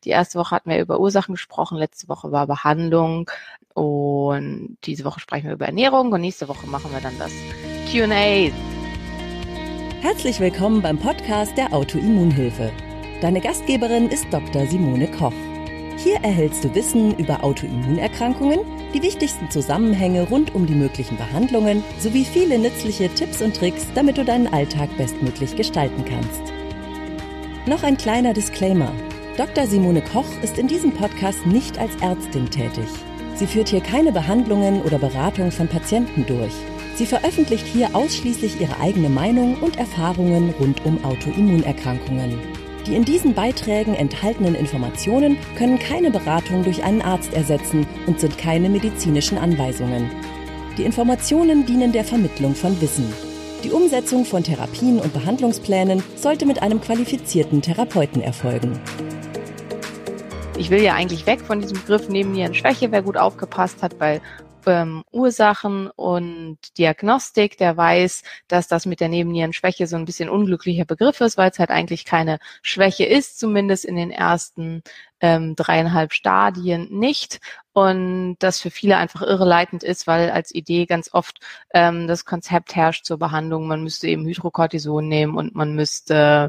Die erste Woche hatten wir über Ursachen gesprochen, letzte Woche war Behandlung und diese Woche sprechen wir über Ernährung und nächste Woche machen wir dann das Q&A. Herzlich willkommen beim Podcast der Autoimmunhilfe. Deine Gastgeberin ist Dr. Simone Koch. Hier erhältst du Wissen über Autoimmunerkrankungen, die wichtigsten Zusammenhänge rund um die möglichen Behandlungen sowie viele nützliche Tipps und Tricks, damit du deinen Alltag bestmöglich gestalten kannst. Noch ein kleiner Disclaimer. Dr. Simone Koch ist in diesem Podcast nicht als Ärztin tätig. Sie führt hier keine Behandlungen oder Beratung von Patienten durch. Sie veröffentlicht hier ausschließlich ihre eigene Meinung und Erfahrungen rund um Autoimmunerkrankungen. Die in diesen Beiträgen enthaltenen Informationen können keine Beratung durch einen Arzt ersetzen und sind keine medizinischen Anweisungen. Die Informationen dienen der Vermittlung von Wissen. Die Umsetzung von Therapien und Behandlungsplänen sollte mit einem qualifizierten Therapeuten erfolgen. Ich will ja eigentlich weg von diesem Begriff Nebennierenschwäche, wer gut aufgepasst hat bei Ursachen und Diagnostik, der weiß, dass das mit der Nebennierenschwäche so ein bisschen unglücklicher Begriff ist, weil es halt eigentlich keine Schwäche ist, zumindest in den ersten 3,5 Stadien nicht. Und das für viele einfach irreleitend ist, weil als Idee ganz oft das Konzept herrscht zur Behandlung, man müsste eben Hydrocortison nehmen und man müsste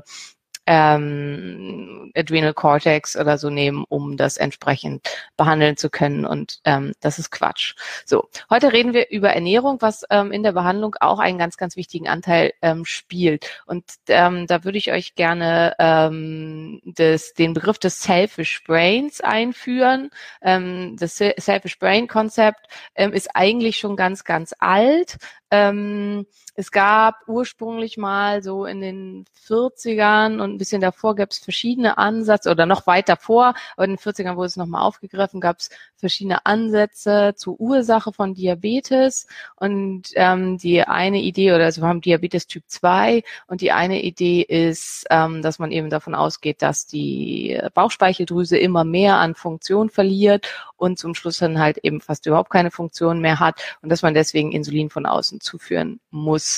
Adrenal Cortex oder so nehmen, um das entsprechend behandeln zu können. Und das ist Quatsch. So, heute reden wir über Ernährung, was in der Behandlung auch einen ganz, ganz wichtigen Anteil spielt. Und da würde ich euch gerne den Begriff des Selfish Brains einführen. Das Selfish Brain Konzept ist eigentlich schon ganz, ganz alt. Es gab ursprünglich mal so in den 40ern und ein bisschen davor gab es verschiedene Ansätze oder noch weit davor, aber in den 40ern wurde es nochmal aufgegriffen, gab es verschiedene Ansätze zur Ursache von Diabetes und die eine Idee, oder also wir haben Diabetes Typ 2 und die eine Idee ist, dass man eben davon ausgeht, dass die Bauchspeicheldrüse immer mehr an Funktion verliert und zum Schluss dann halt eben fast überhaupt keine Funktion mehr hat und dass man deswegen Insulin von außen zuführen muss.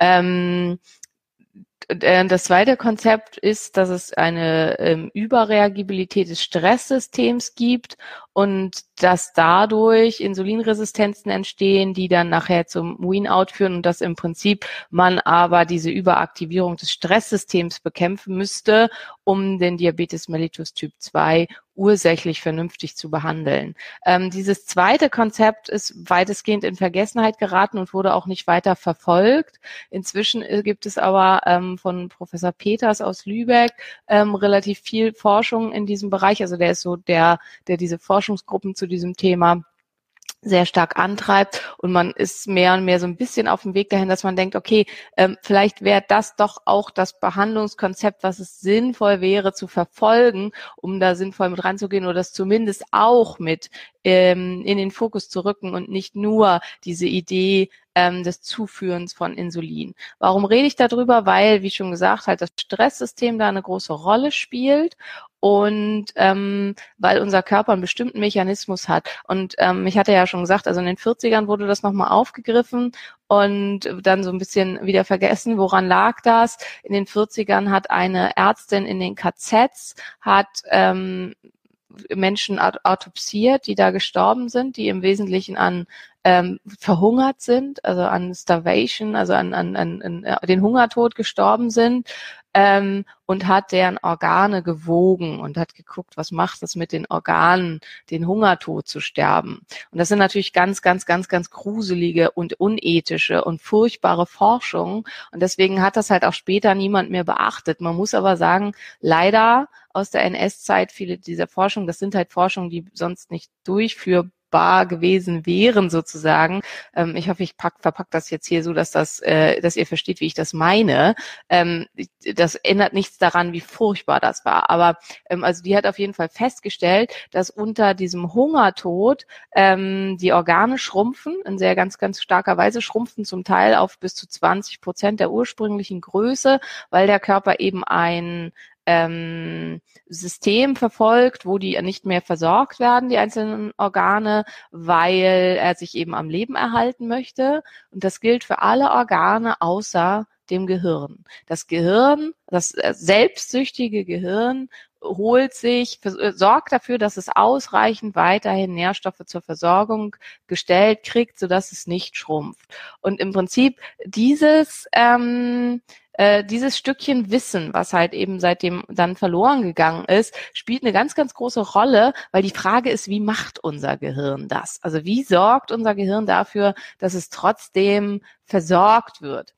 Das zweite Konzept ist, dass es eine Überreagibilität des Stresssystems gibt und dass dadurch Insulinresistenzen entstehen, die dann nachher zum Wean-out führen und dass im Prinzip man aber diese Überaktivierung des Stresssystems bekämpfen müsste, um den Diabetes mellitus Typ 2 ursächlich vernünftig zu behandeln. Dieses zweite Konzept ist weitestgehend in Vergessenheit geraten und wurde auch nicht weiter verfolgt. Inzwischen gibt es aber von Professor Peters aus Lübeck relativ viel Forschung in diesem Bereich. Also der ist so der diese Forschungsgruppen zu diesem Thema sehr stark antreibt und man ist mehr und mehr so ein bisschen auf dem Weg dahin, dass man denkt, okay, vielleicht wäre das doch auch das Behandlungskonzept, was es sinnvoll wäre zu verfolgen, um da sinnvoll mit reinzugehen oder das zumindest auch mit in den Fokus zu rücken und nicht nur diese Idee des Zuführens von Insulin. Warum rede ich darüber? Weil, wie schon gesagt, halt das Stresssystem da eine große Rolle spielt und weil unser Körper einen bestimmten Mechanismus hat. Und ich hatte ja schon gesagt, also in den 40ern wurde das nochmal aufgegriffen und dann so ein bisschen wieder vergessen, woran lag das? In den 40ern hat eine Ärztin in den KZs Menschen autopsiert, die da gestorben sind, die im Wesentlichen an verhungert sind, also an Starvation, also an den Hungertod gestorben sind, und hat deren Organe gewogen und hat geguckt, was macht es mit den Organen, den Hungertod zu sterben. Und das sind natürlich ganz, ganz, ganz, ganz gruselige und unethische und furchtbare Forschungen. Und deswegen hat das halt auch später niemand mehr beachtet. Man muss aber sagen, leider aus der NS-Zeit viele dieser Forschungen, das sind halt Forschungen, die sonst nicht durchführbar gewesen wären sozusagen. Ich hoffe, ich verpack das jetzt hier so, dass ihr versteht, wie ich das meine. Das ändert nichts daran, wie furchtbar das war. Aber also die hat auf jeden Fall festgestellt, dass unter diesem Hungertod die Organe schrumpfen, in sehr ganz, ganz starker Weise schrumpfen, zum Teil auf bis zu 20% der ursprünglichen Größe, weil der Körper eben ein System verfolgt, wo die nicht mehr versorgt werden, die einzelnen Organe, weil er sich eben am Leben erhalten möchte. Und das gilt für alle Organe außer dem Gehirn. Das Gehirn, das selbstsüchtige Gehirn sorgt dafür, dass es ausreichend weiterhin Nährstoffe zur Versorgung gestellt kriegt, sodass es nicht schrumpft. Und im Prinzip dieses Stückchen Wissen, was halt eben seitdem dann verloren gegangen ist, spielt eine ganz, ganz große Rolle, weil die Frage ist, wie macht unser Gehirn das? Also wie sorgt unser Gehirn dafür, dass es trotzdem versorgt wird?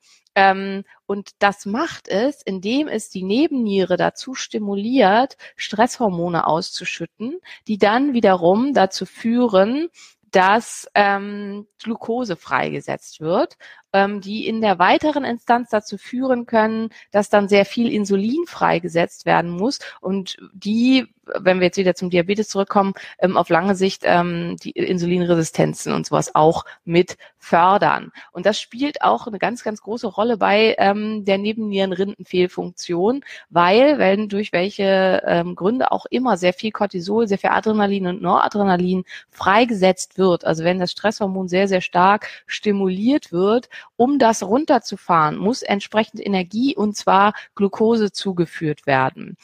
Und das macht es, indem es die Nebenniere dazu stimuliert, Stresshormone auszuschütten, die dann wiederum dazu führen, dass Glucose freigesetzt wird, die in der weiteren Instanz dazu führen können, dass dann sehr viel Insulin freigesetzt werden muss und die, wenn wir jetzt wieder zum Diabetes zurückkommen, auf lange Sicht die Insulinresistenzen und sowas auch mit fördern. Und das spielt auch eine ganz, ganz große Rolle bei der Nebennierenrindenfehlfunktion, weil, wenn durch welche Gründe auch immer sehr viel Cortisol, sehr viel Adrenalin und Noradrenalin freigesetzt wird, also wenn das Stresshormon sehr, sehr stark stimuliert wird, um das runterzufahren, muss entsprechend Energie und zwar Glucose zugeführt werden.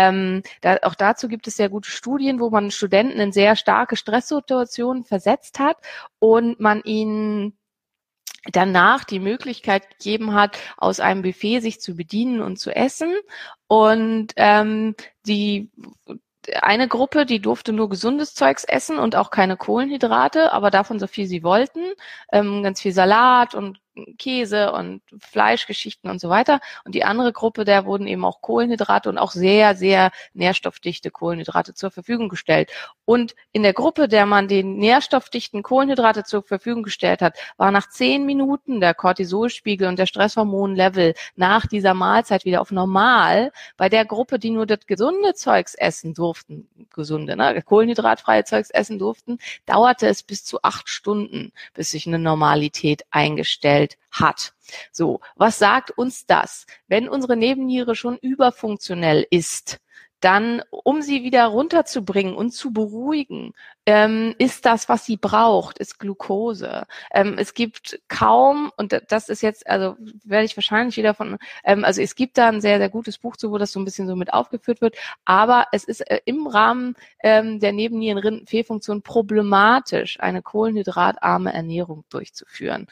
Auch dazu gibt es sehr gute Studien, wo man Studenten in sehr starke Stresssituationen versetzt hat und man ihnen danach die Möglichkeit gegeben hat, aus einem Buffet sich zu bedienen und zu essen. Und die eine Gruppe, die durfte nur gesundes Zeugs essen und auch keine Kohlenhydrate, aber davon so viel sie wollten, ganz viel Salat und Käse und Fleischgeschichten und so weiter. Und die andere Gruppe, der wurden eben auch Kohlenhydrate und auch sehr, sehr nährstoffdichte Kohlenhydrate zur Verfügung gestellt. Und in der Gruppe, der man den nährstoffdichten Kohlenhydrate zur Verfügung gestellt hat, war nach 10 Minuten der Cortisolspiegel und der Stresshormonlevel nach dieser Mahlzeit wieder auf normal. Bei der Gruppe, die nur das gesunde Zeugs essen durften, kohlenhydratfreie Zeugs essen durften, dauerte es bis zu 8 Stunden, bis sich eine Normalität eingestellt hat. So, was sagt uns das? Wenn unsere Nebenniere schon überfunktionell ist, dann, um sie wieder runterzubringen und zu beruhigen, ist das, was sie braucht, ist Glucose. Es gibt kaum, und das ist jetzt, also werde ich wahrscheinlich wieder also es gibt da ein sehr, sehr gutes Buch zu, wo das so ein bisschen so mit aufgeführt wird, aber es ist im Rahmen der Nebennierenrindenfehlfunktion problematisch, eine kohlenhydratarme Ernährung durchzuführen.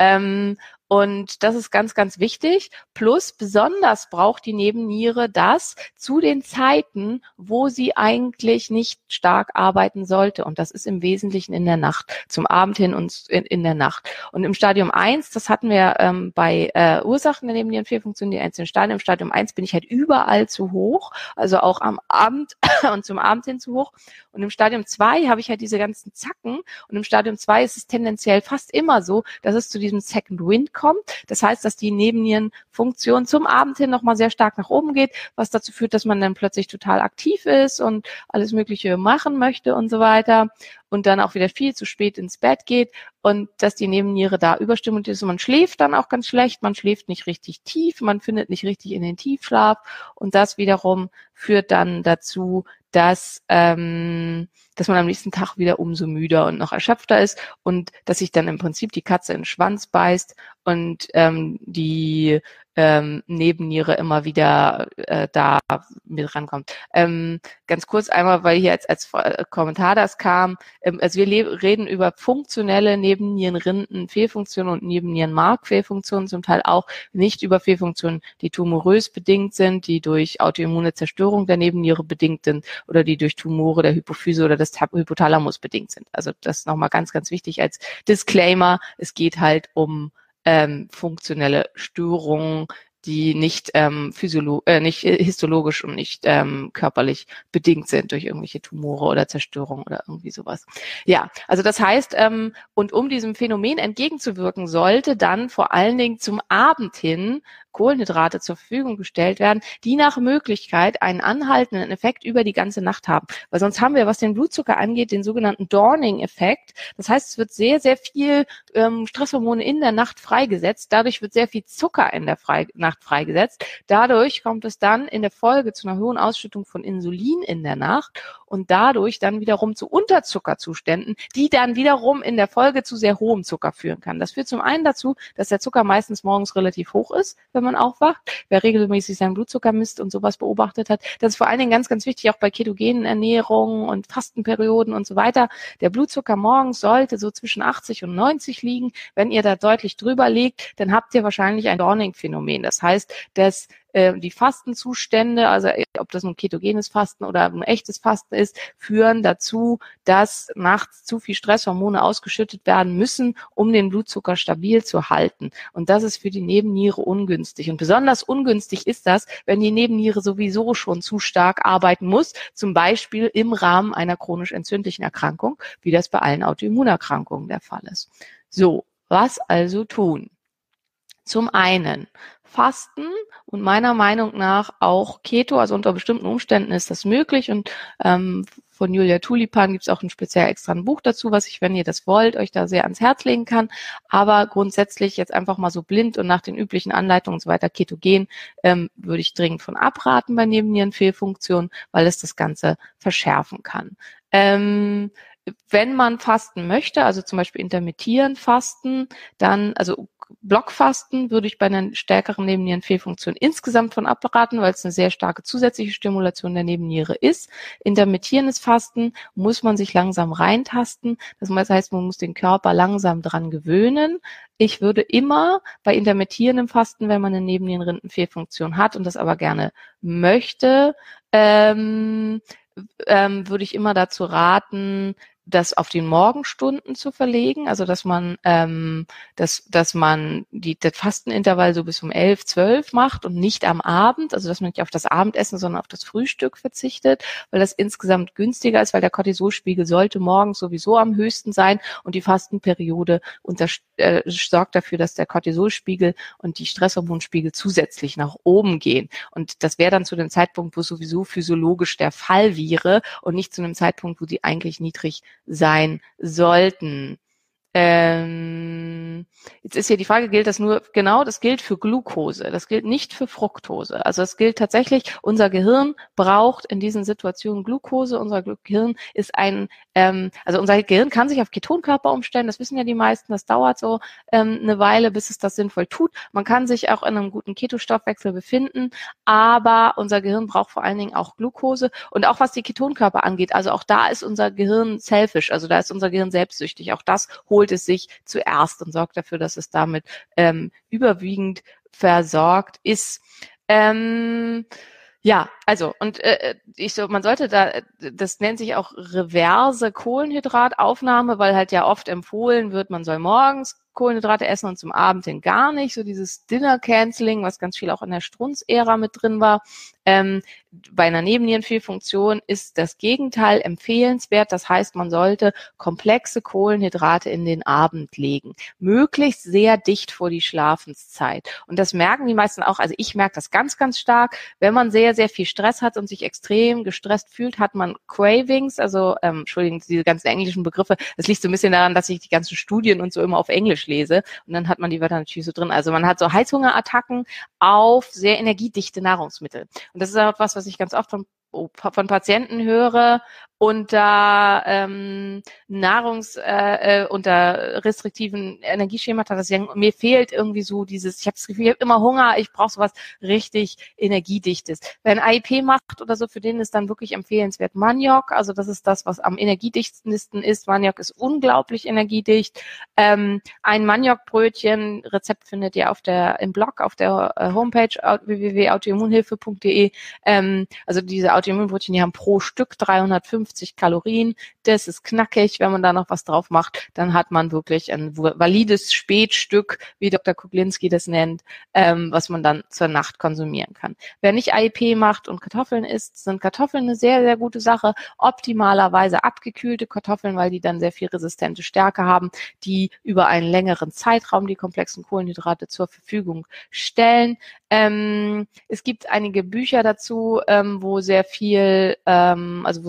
Und das ist ganz, ganz wichtig. Plus besonders braucht die Nebenniere das zu den Zeiten, wo sie eigentlich nicht stark arbeiten sollte. Und das ist im Wesentlichen in der Nacht, zum Abend hin und in der Nacht. Und im Stadium 1, das hatten wir bei Ursachen der Nebennierenfehlfunktion, die einzelnen Stadien. Im Stadium 1 bin ich halt überall zu hoch, also auch am Abend und zum Abend hin zu hoch. Und im Stadium 2 habe ich halt diese ganzen Zacken. Und im Stadium 2 ist es tendenziell fast immer so, dass es zu diesem Second Wind kommt. Das heißt, dass die Nebennierenfunktion zum Abend hin nochmal sehr stark nach oben geht, was dazu führt, dass man dann plötzlich total aktiv ist und alles Mögliche machen möchte und so weiter und dann auch wieder viel zu spät ins Bett geht und dass die Nebenniere da überstimuliert ist und man schläft dann auch ganz schlecht, man schläft nicht richtig tief, man findet nicht richtig in den Tiefschlaf und das wiederum führt dann dazu, dass man am nächsten Tag wieder umso müder und noch erschöpfter ist und dass sich dann im Prinzip die Katze in den Schwanz beißt und die Nebenniere immer wieder da mit rankommt. Ganz kurz einmal, weil hier als Kommentar das kam, also wir reden über funktionelle Nebennierenrindenfehlfunktionen und Nebennierenmarkfehlfunktionen, zum Teil auch nicht über Fehlfunktionen, die tumorös bedingt sind, die durch autoimmune Zerstörung der Nebenniere bedingt sind oder die durch Tumore der Hypophyse oder des Hypothalamus bedingt sind. Also das nochmal ganz, ganz wichtig als Disclaimer. Es geht halt um funktionelle Störungen, die nicht nicht histologisch und nicht körperlich bedingt sind durch irgendwelche Tumore oder Zerstörung oder irgendwie sowas. Ja, also das heißt, und um diesem Phänomen entgegenzuwirken, sollte dann vor allen Dingen zum Abend hin Kohlenhydrate zur Verfügung gestellt werden, die nach Möglichkeit einen anhaltenden Effekt über die ganze Nacht haben. Weil sonst haben wir, was den Blutzucker angeht, den sogenannten Dawning-Effekt. Das heißt, es wird sehr, sehr viel Stresshormone in der Nacht freigesetzt. Dadurch wird sehr viel Zucker in der Nacht Nacht freigesetzt. Dadurch kommt es dann in der Folge zu einer hohen Ausschüttung von Insulin in der Nacht und dadurch dann wiederum zu Unterzuckerzuständen, die dann wiederum in der Folge zu sehr hohem Zucker führen kann. Das führt zum einen dazu, dass der Zucker meistens morgens relativ hoch ist, wenn man aufwacht. Wer regelmäßig seinen Blutzucker misst und sowas beobachtet hat, das ist vor allen Dingen ganz, ganz wichtig, auch bei ketogenen Ernährungen und Fastenperioden und so weiter. Der Blutzucker morgens sollte so zwischen 80 und 90 liegen. Wenn ihr da deutlich drüber liegt, dann habt ihr wahrscheinlich ein Dorning-Phänomen. Das heißt, dass die Fastenzustände, also ob das ein ketogenes Fasten oder ein echtes Fasten ist, führen dazu, dass nachts zu viel Stresshormone ausgeschüttet werden müssen, um den Blutzucker stabil zu halten. Und das ist für die Nebenniere ungünstig. Und besonders ungünstig ist das, wenn die Nebenniere sowieso schon zu stark arbeiten muss, zum Beispiel im Rahmen einer chronisch entzündlichen Erkrankung, wie das bei allen Autoimmunerkrankungen der Fall ist. So, was also tun? Zum einen Fasten und meiner Meinung nach auch Keto, also unter bestimmten Umständen ist das möglich und von Julia Tulipan gibt es auch ein speziell extra ein Buch dazu, was ich, wenn ihr das wollt, euch da sehr ans Herz legen kann. Aber grundsätzlich jetzt einfach mal so blind und nach den üblichen Anleitungen und so weiter ketogen, würde ich dringend von abraten bei Nebennierenfehlfunktion, weil es das Ganze verschärfen kann. Wenn man fasten möchte, also zum Beispiel intermittieren fasten, dann, also Blockfasten würde ich bei einer stärkeren Nebennierenfehlfunktion insgesamt von abraten, weil es eine sehr starke zusätzliche Stimulation der Nebenniere ist. Intermittierendes Fasten muss man sich langsam reintasten. Das heißt, man muss den Körper langsam dran gewöhnen. Ich würde immer bei intermittierendem Fasten, wenn man eine Nebennierenrindenfehlfunktion hat und das aber gerne möchte, würde ich immer dazu raten, das auf die Morgenstunden zu verlegen, also dass man dass man das Fastenintervall so bis um 11, 12 macht und nicht am Abend, also dass man nicht auf das Abendessen, sondern auf das Frühstück verzichtet, weil das insgesamt günstiger ist, weil der Cortisolspiegel sollte morgens sowieso am höchsten sein und die Fastenperiode sorgt dafür, dass der Cortisolspiegel und die Stresshormonspiegel zusätzlich nach oben gehen. Und das wäre dann zu dem Zeitpunkt, wo sowieso physiologisch der Fall wäre und nicht zu einem Zeitpunkt, wo die eigentlich niedrig sein sollten. Jetzt ist hier die Frage, gilt das nur, genau, das gilt für Glucose, das gilt nicht für Fructose. Also es gilt tatsächlich, unser Gehirn braucht in diesen Situationen Glucose, unser Gehirn ist also unser Gehirn kann sich auf Ketonkörper umstellen, das wissen ja die meisten, das dauert so eine Weile, bis es das sinnvoll tut. Man kann sich auch in einem guten Ketostoffwechsel befinden, aber unser Gehirn braucht vor allen Dingen auch Glucose und auch was die Ketonkörper angeht, also auch da ist unser Gehirn selfish, also da ist unser Gehirn selbstsüchtig, auch das holt es sich zuerst und sorgt dafür, dass es damit überwiegend versorgt ist. Ja, also und man sollte das nennt sich auch reverse Kohlenhydrataufnahme, weil halt ja oft empfohlen wird, man soll morgens Kohlenhydrate essen und zum Abend hin gar nicht. So dieses Dinner-Canceling, was ganz viel auch in der Strunz-Ära mit drin war. Bei einer Nebennierenfehlfunktion ist das Gegenteil empfehlenswert. Das heißt, man sollte komplexe Kohlenhydrate in den Abend legen. Möglichst sehr dicht vor die Schlafenszeit. Und das merken die meisten auch. Also ich merke das ganz, ganz stark. Wenn man sehr, sehr viel Stress hat und sich extrem gestresst fühlt, hat man Cravings. Also, Entschuldigung, diese ganzen englischen Begriffe. Das liegt so ein bisschen daran, dass ich die ganzen Studien und so immer auf Englisch lese. Und dann hat man die Wörter natürlich so drin. Also man hat so Heißhungerattacken auf sehr energiedichte Nahrungsmittel. Und das ist auch was ich ganz oft von Patienten höre, unter unter restriktiven Energieschemata, dass sie sagen, mir fehlt irgendwie so dieses, ich habe das Gefühl, ich habe immer Hunger, ich brauche sowas richtig Energiedichtes. Wer ein AIP macht oder so, für den ist dann wirklich empfehlenswert Maniok, also das ist das, was am energiedichtsten ist. Maniok ist unglaublich energiedicht. Ein Maniokbrötchen, Rezept findet ihr im Blog, auf der Homepage www.autoimmunhilfe.de. Also diese Autoimmunbrötchen, die haben pro Stück 350 Kalorien. Das ist knackig. Wenn man da noch was drauf macht, dann hat man wirklich ein valides Spätstück, wie Dr. Kuglinski das nennt, was man dann zur Nacht konsumieren kann. Wer nicht AIP macht und Kartoffeln isst, sind Kartoffeln eine sehr, sehr gute Sache. Optimalerweise abgekühlte Kartoffeln, weil die dann sehr viel resistente Stärke haben, die über einen längeren Zeitraum die komplexen Kohlenhydrate zur Verfügung stellen. Es gibt einige Bücher dazu, wo sehr viel, also wo es um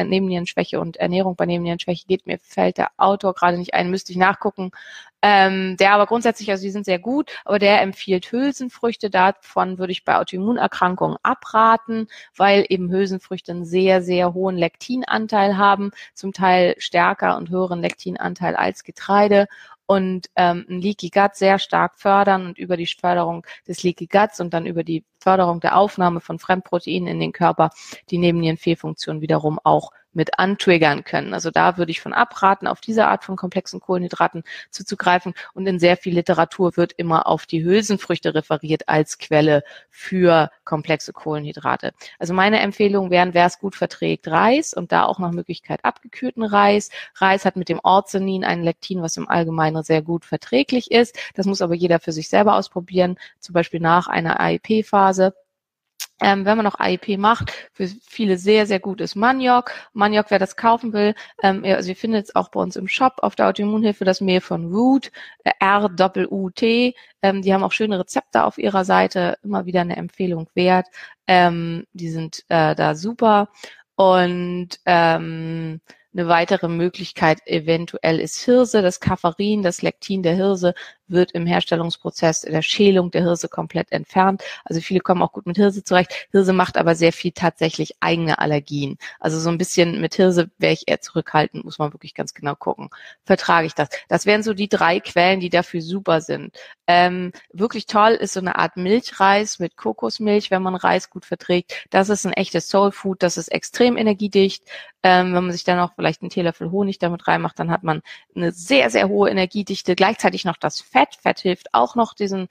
Nebennierenschwäche und Ernährung bei Nebennierenschwäche geht. Mir fällt der Autor gerade nicht ein, müsste ich nachgucken. Der aber grundsätzlich, also die sind sehr gut, aber der empfiehlt Hülsenfrüchte. Davon würde ich bei Autoimmunerkrankungen abraten, weil eben Hülsenfrüchte einen sehr, sehr hohen Lektinanteil haben, zum Teil stärker und höheren Lektinanteil als Getreide und ein Leaky Gut sehr stark fördern und über die Förderung des Leaky Guts und dann über die Förderung der Aufnahme von Fremdproteinen in den Körper die Nebennierenfehlfunktion wiederum auch mit antriggern können. Also da würde ich von abraten, auf diese Art von komplexen Kohlenhydraten zuzugreifen. Und in sehr viel Literatur wird immer auf die Hülsenfrüchte referiert als Quelle für komplexe Kohlenhydrate. Also meine Empfehlung wären, wer es gut verträgt, Reis und da auch nach Möglichkeit abgekühlten Reis. Reis hat mit dem Orzonin ein Lektin, was im Allgemeinen sehr gut verträglich ist. Das muss aber jeder für sich selber ausprobieren, zum Beispiel nach einer AIP-Phase. Wenn man noch AIP macht, für viele sehr, sehr gut ist Maniok. Maniok, wer das kaufen will, also ihr findet es auch bei uns im Shop auf der Autoimmunhilfe, das Mehl von Root, R-U-U-T. Die haben auch schöne Rezepte auf ihrer Seite, immer wieder eine Empfehlung wert. Die sind da super. Und eine weitere Möglichkeit eventuell ist Hirse. Das Cafferin, das Lektin der Hirse, wird im Herstellungsprozess der Schälung der Hirse komplett entfernt. Also viele kommen auch gut mit Hirse zurecht. Hirse macht aber sehr viel tatsächlich eigene Allergien. Also so ein bisschen mit Hirse wäre ich eher zurückhaltend, muss man wirklich ganz genau gucken. Vertrage ich das? Das wären so die 3 Quellen, die dafür super sind. Wirklich toll ist so eine Art Milchreis mit Kokosmilch, wenn man Reis gut verträgt. Das ist ein echtes Soulfood, das ist extrem energiedicht. Wenn man sich dann auch vielleicht einen Teelöffel Honig damit reinmacht, dann hat man eine sehr, sehr hohe Energiedichte. Gleichzeitig noch das Fett. Fett hilft auch noch, diesen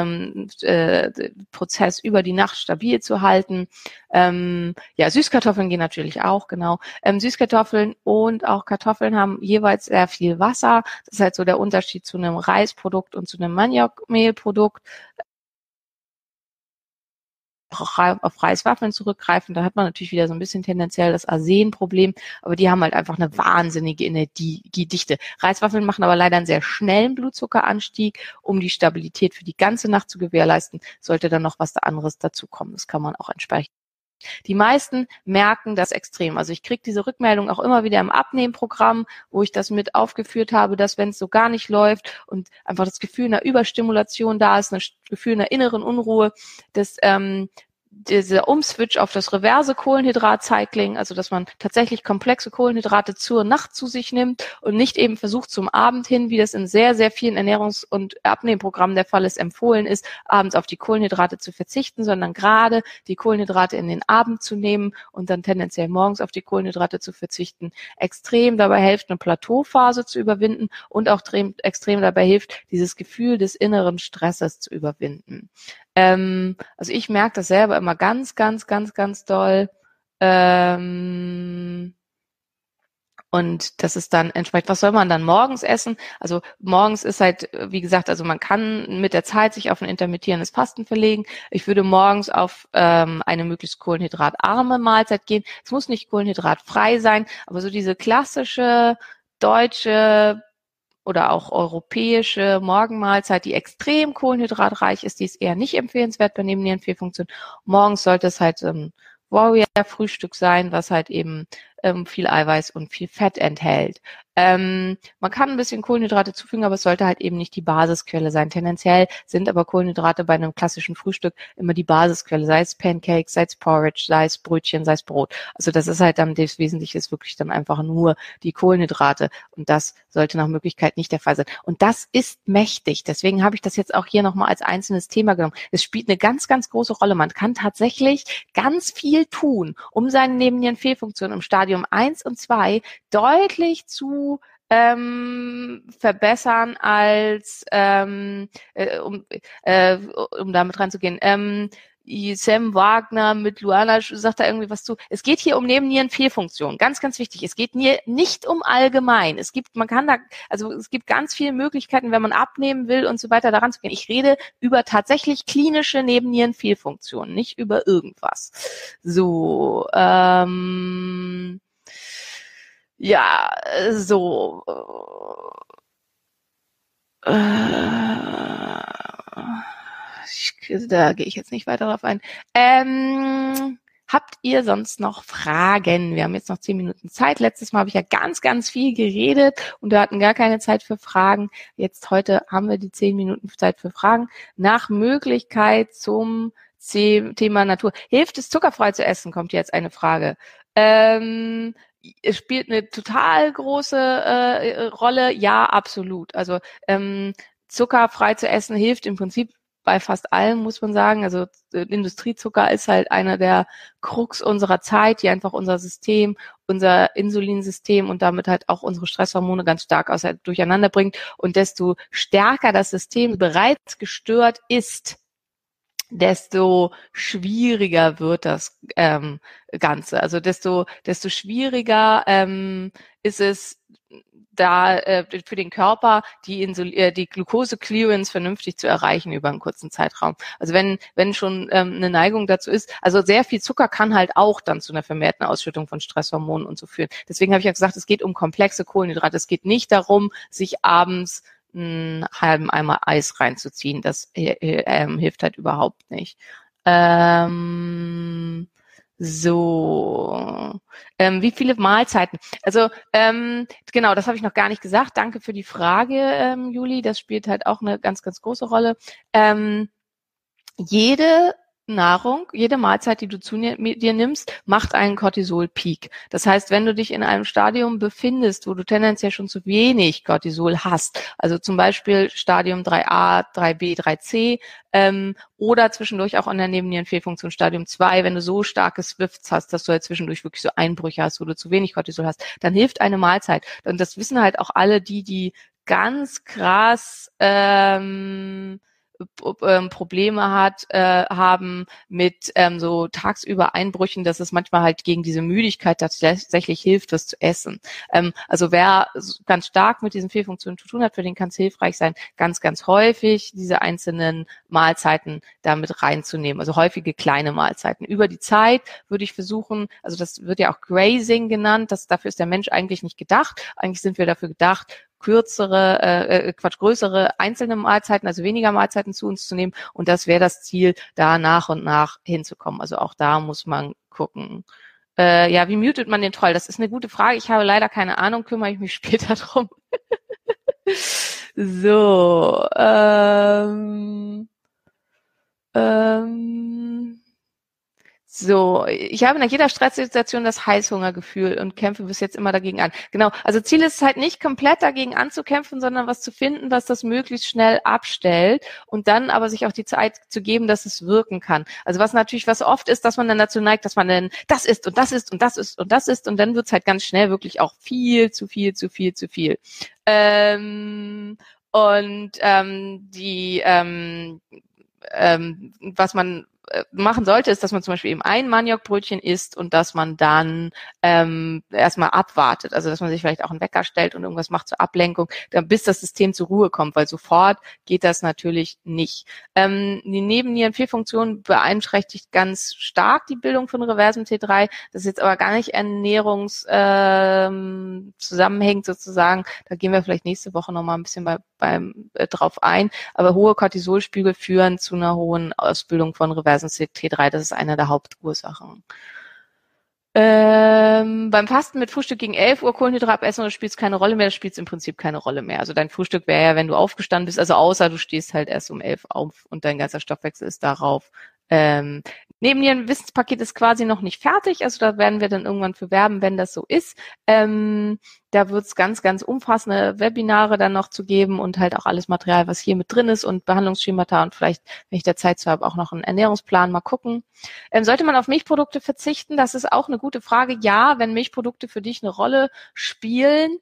Prozess über die Nacht stabil zu halten. Ja, Süßkartoffeln gehen natürlich auch, genau. Süßkartoffeln und auch Kartoffeln haben jeweils sehr viel Wasser. Das ist halt so der Unterschied zu einem Reisprodukt und zu einem Maniokmehlprodukt. Auf Reiswaffeln zurückgreifen, da hat man natürlich wieder so ein bisschen tendenziell das Arsenproblem, aber die haben halt einfach eine wahnsinnige Energiedichte. Reiswaffeln machen aber leider einen sehr schnellen Blutzuckeranstieg. Um die Stabilität für die ganze Nacht zu gewährleisten, sollte dann noch was anderes dazukommen. Das kann man auch entsprechend. Die meisten merken das extrem. Also ich kriege diese Rückmeldung auch immer wieder im Abnehmprogramm, wo ich das mit aufgeführt habe, dass wenn es so gar nicht läuft und einfach das Gefühl einer Überstimulation da ist, das Gefühl einer inneren Unruhe, dass dieser Umswitch auf das reverse Kohlenhydrat-Cycling, also dass man tatsächlich komplexe Kohlenhydrate zur Nacht zu sich nimmt und nicht eben versucht zum Abend hin, wie das in sehr, sehr vielen Ernährungs- und Abnehmprogrammen der Fall ist, empfohlen ist, abends auf die Kohlenhydrate zu verzichten, sondern gerade die Kohlenhydrate in den Abend zu nehmen und dann tendenziell morgens auf die Kohlenhydrate zu verzichten, extrem dabei hilft, eine Plateauphase zu überwinden und auch extrem dabei hilft, dieses Gefühl des inneren Stresses zu überwinden. Also ich merke das selber immer ganz, ganz, ganz, ganz doll. Und das ist dann entsprechend, was soll man dann morgens essen? Also morgens ist halt, wie gesagt, also man kann mit der Zeit sich auf ein intermittierendes Fasten verlegen. Ich würde morgens auf eine möglichst kohlenhydratarme Mahlzeit gehen. Es muss nicht kohlenhydratfrei sein, aber so diese klassische deutsche oder auch europäische Morgenmahlzeit, die extrem kohlenhydratreich ist, die ist eher nicht empfehlenswert bei Nebennierenfehlfunktion. Morgens sollte es halt Warrior-Frühstück sein, was halt eben viel Eiweiß und viel Fett enthält. Man kann ein bisschen Kohlenhydrate zufügen, aber es sollte halt eben nicht die Basisquelle sein. Tendenziell sind aber Kohlenhydrate bei einem klassischen Frühstück immer die Basisquelle, sei es Pancakes, sei es Porridge, sei es Brötchen, sei es Brot. Also das ist halt dann, das Wesentliche ist wirklich dann einfach nur die Kohlenhydrate und das sollte nach Möglichkeit nicht der Fall sein. Und das ist mächtig. Deswegen habe ich das jetzt auch hier nochmal als einzelnes Thema genommen. Es spielt eine ganz, ganz große Rolle. Man kann tatsächlich ganz viel tun, um seine Nebennierenfehlfunktion im Stadium 1 und 2 deutlich zu verbessern als um damit ranzugehen. Sam Wagner mit Luana sagt da irgendwie was zu. Es geht hier um Nebennierenfehlfunktion. Ganz, ganz wichtig. Es geht hier nicht um allgemein. Es gibt ganz viele Möglichkeiten, wenn man abnehmen will und so weiter, daran zu gehen. Ich rede über tatsächlich klinische Nebennierenfehlfunktion, nicht über irgendwas. So, ja, so. Da gehe ich jetzt nicht weiter drauf ein. Habt ihr sonst noch Fragen? Wir haben jetzt noch 10 Minuten Zeit. Letztes Mal habe ich ja ganz, ganz viel geredet und wir hatten gar keine Zeit für Fragen. Jetzt heute haben wir die 10 Minuten Zeit für Fragen. Nach Möglichkeit zum Thema Natur. Hilft es, zuckerfrei zu essen? Kommt jetzt eine Frage. Es spielt eine total große Rolle. Ja, absolut. Also zuckerfrei zu essen hilft im Prinzip bei fast allem, muss man sagen. Also Industriezucker ist halt einer der Krux unserer Zeit, die einfach unser System, unser Insulinsystem und damit halt auch unsere Stresshormone ganz stark durcheinander bringt. Und desto stärker das System bereits gestört ist, desto schwieriger wird das Ganze. Also desto schwieriger ist es da für den Körper die Glucose-Clearance vernünftig zu erreichen über einen kurzen Zeitraum. Also wenn schon eine Neigung dazu ist, also sehr viel Zucker kann halt auch dann zu einer vermehrten Ausschüttung von Stresshormonen und so führen. Deswegen habe ich ja gesagt, es geht um komplexe Kohlenhydrate. Es geht nicht darum, sich abends einen halben Eimer Eis reinzuziehen. Das hilft halt überhaupt nicht. Wie viele Mahlzeiten? Also genau, das habe ich noch gar nicht gesagt. Danke für die Frage, Juli. Das spielt halt auch eine ganz, ganz große Rolle. Jede Nahrung, jede Mahlzeit, die du zu dir nimmst, macht einen Cortisol-Peak. Das heißt, wenn du dich in einem Stadium befindest, wo du tendenziell schon zu wenig Cortisol hast, also zum Beispiel Stadium 3a, 3b, 3c, oder zwischendurch auch an der Nebennierenfehlfunktion Stadium 2, wenn du so starke Swifts hast, dass du halt zwischendurch wirklich so Einbrüche hast, wo du zu wenig Cortisol hast, dann hilft eine Mahlzeit. Und das wissen halt auch alle, die ganz krass Probleme haben mit so tagsüber Einbrüchen, dass es manchmal halt gegen diese Müdigkeit tatsächlich hilft, was zu essen. Also wer ganz stark mit diesen Fehlfunktionen zu tun hat, für den kann es hilfreich sein, ganz, ganz häufig diese einzelnen Mahlzeiten damit reinzunehmen. Also häufige kleine Mahlzeiten. Über die Zeit würde ich versuchen, also das wird ja auch Grazing genannt, dafür ist der Mensch eigentlich nicht gedacht. Eigentlich sind wir dafür gedacht, größere einzelne Mahlzeiten, also weniger Mahlzeiten zu uns zu nehmen. Und das wäre das Ziel, da nach und nach hinzukommen. Also auch da muss man gucken. Wie mutet man den Troll? Das ist eine gute Frage. Ich habe leider keine Ahnung, kümmere ich mich später drum. So. So, ich habe nach jeder Stresssituation das Heißhungergefühl und kämpfe bis jetzt immer dagegen an. Genau, also Ziel ist halt nicht komplett dagegen anzukämpfen, sondern was zu finden, was das möglichst schnell abstellt und dann aber sich auch die Zeit zu geben, dass es wirken kann. Also was oft ist, dass man dann dazu neigt, dass man dann das isst und das isst und das isst und das isst und dann wird es halt ganz schnell wirklich auch viel zu viel. Was man machen sollte, ist, dass man zum Beispiel eben ein Maniokbrötchen isst und dass man dann erstmal abwartet. Also dass man sich vielleicht auch einen Wecker stellt und irgendwas macht zur Ablenkung, bis das System zur Ruhe kommt, weil sofort geht das natürlich nicht. Die Nebennierenfehlfunktion beeinträchtigt ganz stark die Bildung von reversem T3. Das ist jetzt aber gar nicht ernährungszusammenhängend sozusagen. Da gehen wir vielleicht nächste Woche nochmal ein bisschen drauf ein. Aber hohe Cortisolspiegel führen zu einer hohen Ausbildung von reversem T3, das ist eine der Hauptursachen. Beim Fasten mit Frühstück gegen 11 Uhr Kohlenhydrat essen, oder spielt es keine Rolle mehr? Das spielt es im Prinzip keine Rolle mehr. Also dein Frühstück wäre ja, wenn du aufgestanden bist, also außer du stehst halt erst um 11 auf und dein ganzer Stoffwechsel ist darauf. Nebennierenwissenspaket ist quasi noch nicht fertig, also da werden wir dann irgendwann für werben, wenn das so ist. Da wird es ganz, ganz umfassende Webinare dann noch zu geben und halt auch alles Material, was hier mit drin ist und Behandlungsschemata und vielleicht, wenn ich der Zeit zu habe, auch noch einen Ernährungsplan. Mal gucken. Sollte man auf Milchprodukte verzichten? Das ist auch eine gute Frage. Ja, wenn Milchprodukte für dich eine Rolle spielen,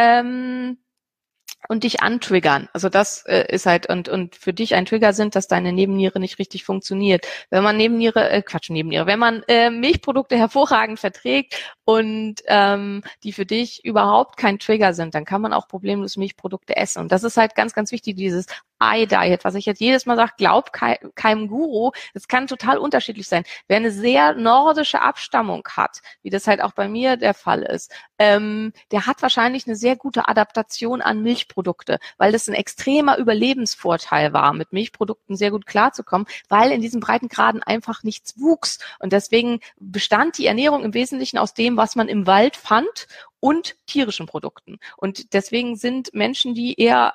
und dich antriggern. Also das ist halt, und für dich ein Trigger sind, dass deine Nebenniere nicht richtig funktioniert. Wenn man wenn man Milchprodukte hervorragend verträgt und die für dich überhaupt kein Trigger sind, dann kann man auch problemlos Milchprodukte essen. Und das ist halt ganz, ganz wichtig, dieses Eye-Diet, was ich jetzt jedes Mal sage, glaub keinem Guru, das kann total unterschiedlich sein. Wer eine sehr nordische Abstammung hat, wie das halt auch bei mir der Fall ist, der hat wahrscheinlich eine sehr gute Adaptation an Milchprodukte, weil das ein extremer Überlebensvorteil war, mit Milchprodukten sehr gut klarzukommen, weil in diesen Breitengraden einfach nichts wuchs. Und deswegen bestand die Ernährung im Wesentlichen aus dem, was man im Wald fand und tierischen Produkten. Und deswegen sind Menschen, die eher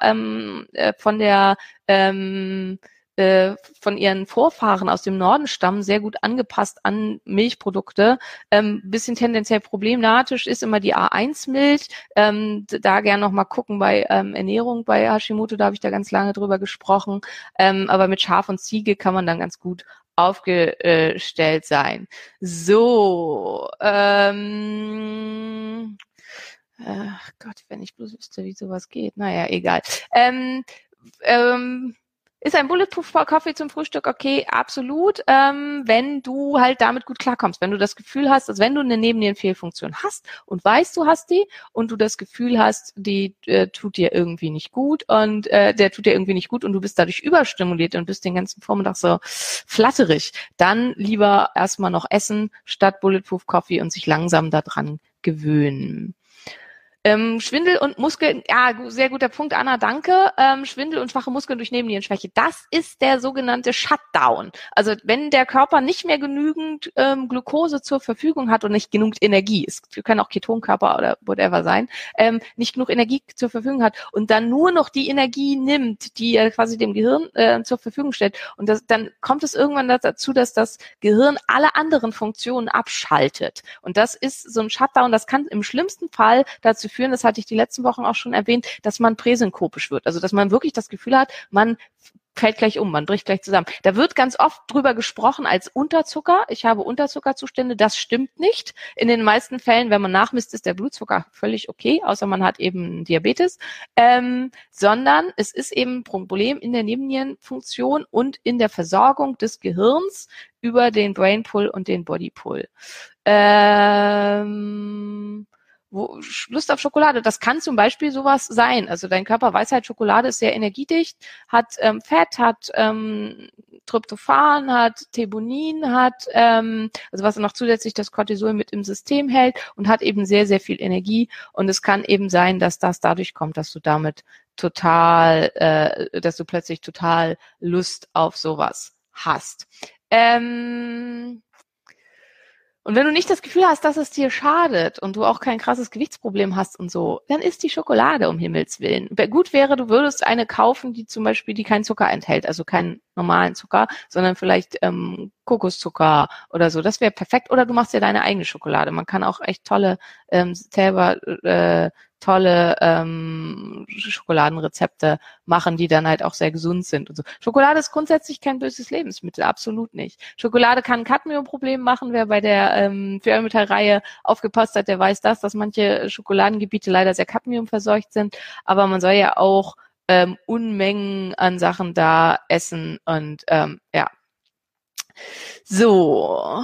von ihren Vorfahren aus dem Norden stammen, sehr gut angepasst an Milchprodukte. Bisschen tendenziell problematisch ist immer die A1-Milch. Da gerne noch mal gucken bei Ernährung bei Hashimoto, da habe ich da ganz lange drüber gesprochen. Aber mit Schaf und Ziege kann man dann ganz gut aufgestellt sein. So, ach Gott, wenn ich bloß wüsste, wie sowas geht. Naja, egal. Ist ein Bulletproof Coffee zum Frühstück okay? Absolut, wenn du halt damit gut klarkommst. Wenn du das Gefühl hast, dass wenn du eine Nebennierenfehlfunktion hast und weißt, du hast die und du das Gefühl hast, die tut dir irgendwie nicht gut und der tut dir irgendwie nicht gut und du bist dadurch überstimuliert und bist den ganzen Vormittag so flatterig, dann lieber erstmal noch essen statt Bulletproof Coffee und sich langsam daran gewöhnen. Schwindel und Muskeln, ja, sehr guter Punkt, Anna, danke. Schwindel und schwache Muskeln durch Nebennierenschwäche, das ist der sogenannte Shutdown. Also wenn der Körper nicht mehr genügend Glucose zur Verfügung hat und nicht genug Energie, es können auch Ketonkörper oder whatever sein, nicht genug Energie zur Verfügung hat und dann nur noch die Energie nimmt, die er quasi dem Gehirn zur Verfügung stellt. Und dann kommt es irgendwann dazu, dass das Gehirn alle anderen Funktionen abschaltet. Und das ist so ein Shutdown, das kann im schlimmsten Fall dazu führen, das hatte ich die letzten Wochen auch schon erwähnt, dass man präsynkopisch wird. Also dass man wirklich das Gefühl hat, man fällt gleich um, man bricht gleich zusammen. Da wird ganz oft drüber gesprochen als Unterzucker. Ich habe Unterzuckerzustände, das stimmt nicht. In den meisten Fällen, wenn man nachmisst, ist der Blutzucker völlig okay, außer man hat eben Diabetes. Sondern es ist eben ein Problem in der Nebennierenfunktion und in der Versorgung des Gehirns über den Brain Pull und den Body Pull. Lust auf Schokolade, das kann zum Beispiel sowas sein. Also dein Körper weiß halt, Schokolade ist sehr energiedicht, hat Fett, hat Tryptophan, hat Theanin, hat also was noch zusätzlich das Cortisol mit im System hält und hat eben sehr, sehr viel Energie. Und es kann eben sein, dass das dadurch kommt, dass du damit dass du plötzlich total Lust auf sowas hast. Und wenn du nicht das Gefühl hast, dass es dir schadet und du auch kein krasses Gewichtsproblem hast und so, dann isst die Schokolade um Himmels Willen. Gut wäre, du würdest eine kaufen, die zum Beispiel, die keinen Zucker enthält, also keinen normalen Zucker, sondern vielleicht Kokoszucker oder so. Das wäre perfekt. Oder du machst dir deine eigene Schokolade. Man kann auch echt tolle Schokoladenrezepte machen, die dann halt auch sehr gesund sind und so. Schokolade ist grundsätzlich kein böses Lebensmittel, absolut nicht. Schokolade kann ein Cadmiumproblem machen. Wer bei der Schwermetallreihe aufgepasst hat, der weiß dass manche Schokoladengebiete leider sehr cadmiumverseucht sind. Aber man soll ja auch Unmengen an Sachen da essen und ja. So.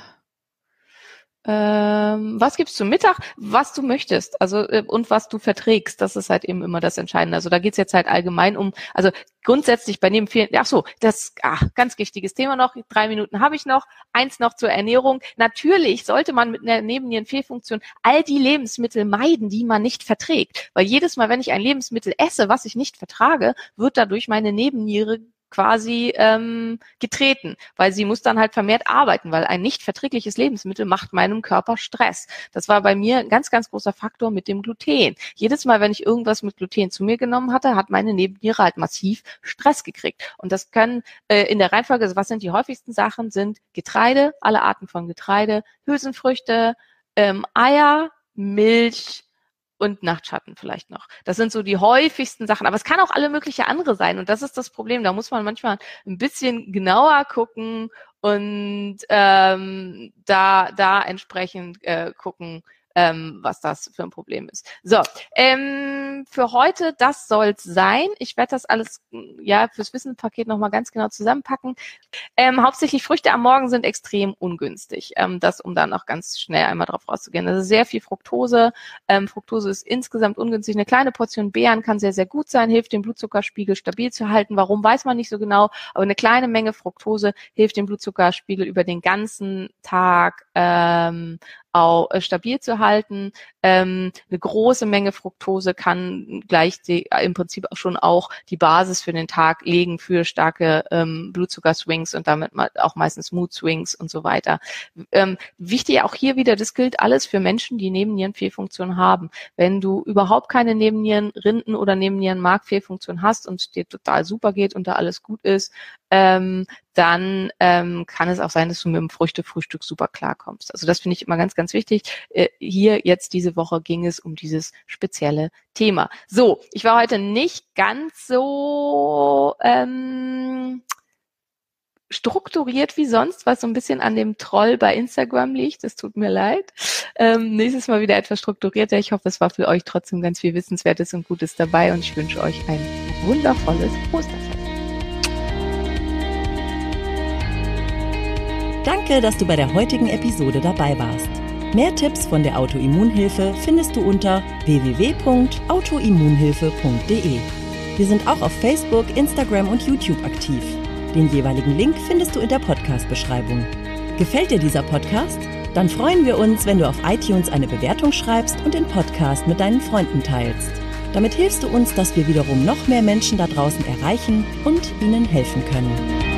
Was gibt's zum Mittag? Was du möchtest, also und was du verträgst, das ist halt eben immer das Entscheidende. Also da geht's jetzt halt allgemein um, also grundsätzlich bei neben vielen, ganz wichtiges Thema noch, 3 Minuten habe ich noch, 1 noch zur Ernährung. Natürlich sollte man mit einer Nebennierenfehlfunktion all die Lebensmittel meiden, die man nicht verträgt, weil jedes Mal, wenn ich ein Lebensmittel esse, was ich nicht vertrage, wird dadurch meine Nebenniere quasi getreten, weil sie muss dann halt vermehrt arbeiten, weil ein nicht verträgliches Lebensmittel macht meinem Körper Stress. Das war bei mir ein ganz, ganz großer Faktor mit dem Gluten. Jedes Mal, wenn ich irgendwas mit Gluten zu mir genommen hatte, hat meine Nebenniere halt massiv Stress gekriegt. Und das können in der Reihenfolge, also was sind die häufigsten Sachen, sind Getreide, alle Arten von Getreide, Hülsenfrüchte, Eier, Milch, und Nachtschatten vielleicht noch. Das sind so die häufigsten Sachen. Aber es kann auch alle mögliche andere sein. Und das ist das Problem. Da muss man manchmal ein bisschen genauer gucken und da entsprechend gucken, was das für ein Problem ist. So, für heute, das soll's sein. Ich werde das alles fürs Wissenspaket nochmal ganz genau zusammenpacken. Hauptsächlich Früchte am Morgen sind extrem ungünstig. Um dann noch ganz schnell einmal drauf rauszugehen. Das ist sehr viel Fructose. Fructose ist insgesamt ungünstig. Eine kleine Portion Beeren kann sehr, sehr gut sein, hilft den Blutzuckerspiegel stabil zu halten. Warum, weiß man nicht so genau, aber eine kleine Menge Fructose hilft den Blutzuckerspiegel über den ganzen Tag auch stabil zu halten. Eine große Menge Fructose kann im Prinzip schon auch die Basis für den Tag legen für starke Blutzuckerswings und damit auch meistens Mood-Swings und so weiter. Wichtig auch hier wieder, das gilt alles für Menschen, die Nebennierenfehlfunktion haben. Wenn du überhaupt keine Nebennierenrinden- oder Nebennierenmarkfehlfunktion hast und es dir total super geht und da alles gut ist, dann kann es auch sein, dass du mit dem Früchtefrühstück super klarkommst. Also das finde ich immer ganz, ganz wichtig. Hier jetzt diese Woche ging es um dieses spezielle Thema. So, ich war heute nicht ganz so strukturiert wie sonst, was so ein bisschen an dem Troll bei Instagram liegt. Das tut mir leid. Nächstes Mal wieder etwas strukturierter. Ich hoffe, es war für euch trotzdem ganz viel Wissenswertes und Gutes dabei und ich wünsche euch ein wundervolles Osterfest. Danke, dass du bei der heutigen Episode dabei warst. Mehr Tipps von der Autoimmunhilfe findest du unter www.autoimmunhilfe.de. Wir sind auch auf Facebook, Instagram und YouTube aktiv. Den jeweiligen Link findest du in der Podcast-Beschreibung. Gefällt dir dieser Podcast? Dann freuen wir uns, wenn du auf iTunes eine Bewertung schreibst und den Podcast mit deinen Freunden teilst. Damit hilfst du uns, dass wir wiederum noch mehr Menschen da draußen erreichen und ihnen helfen können.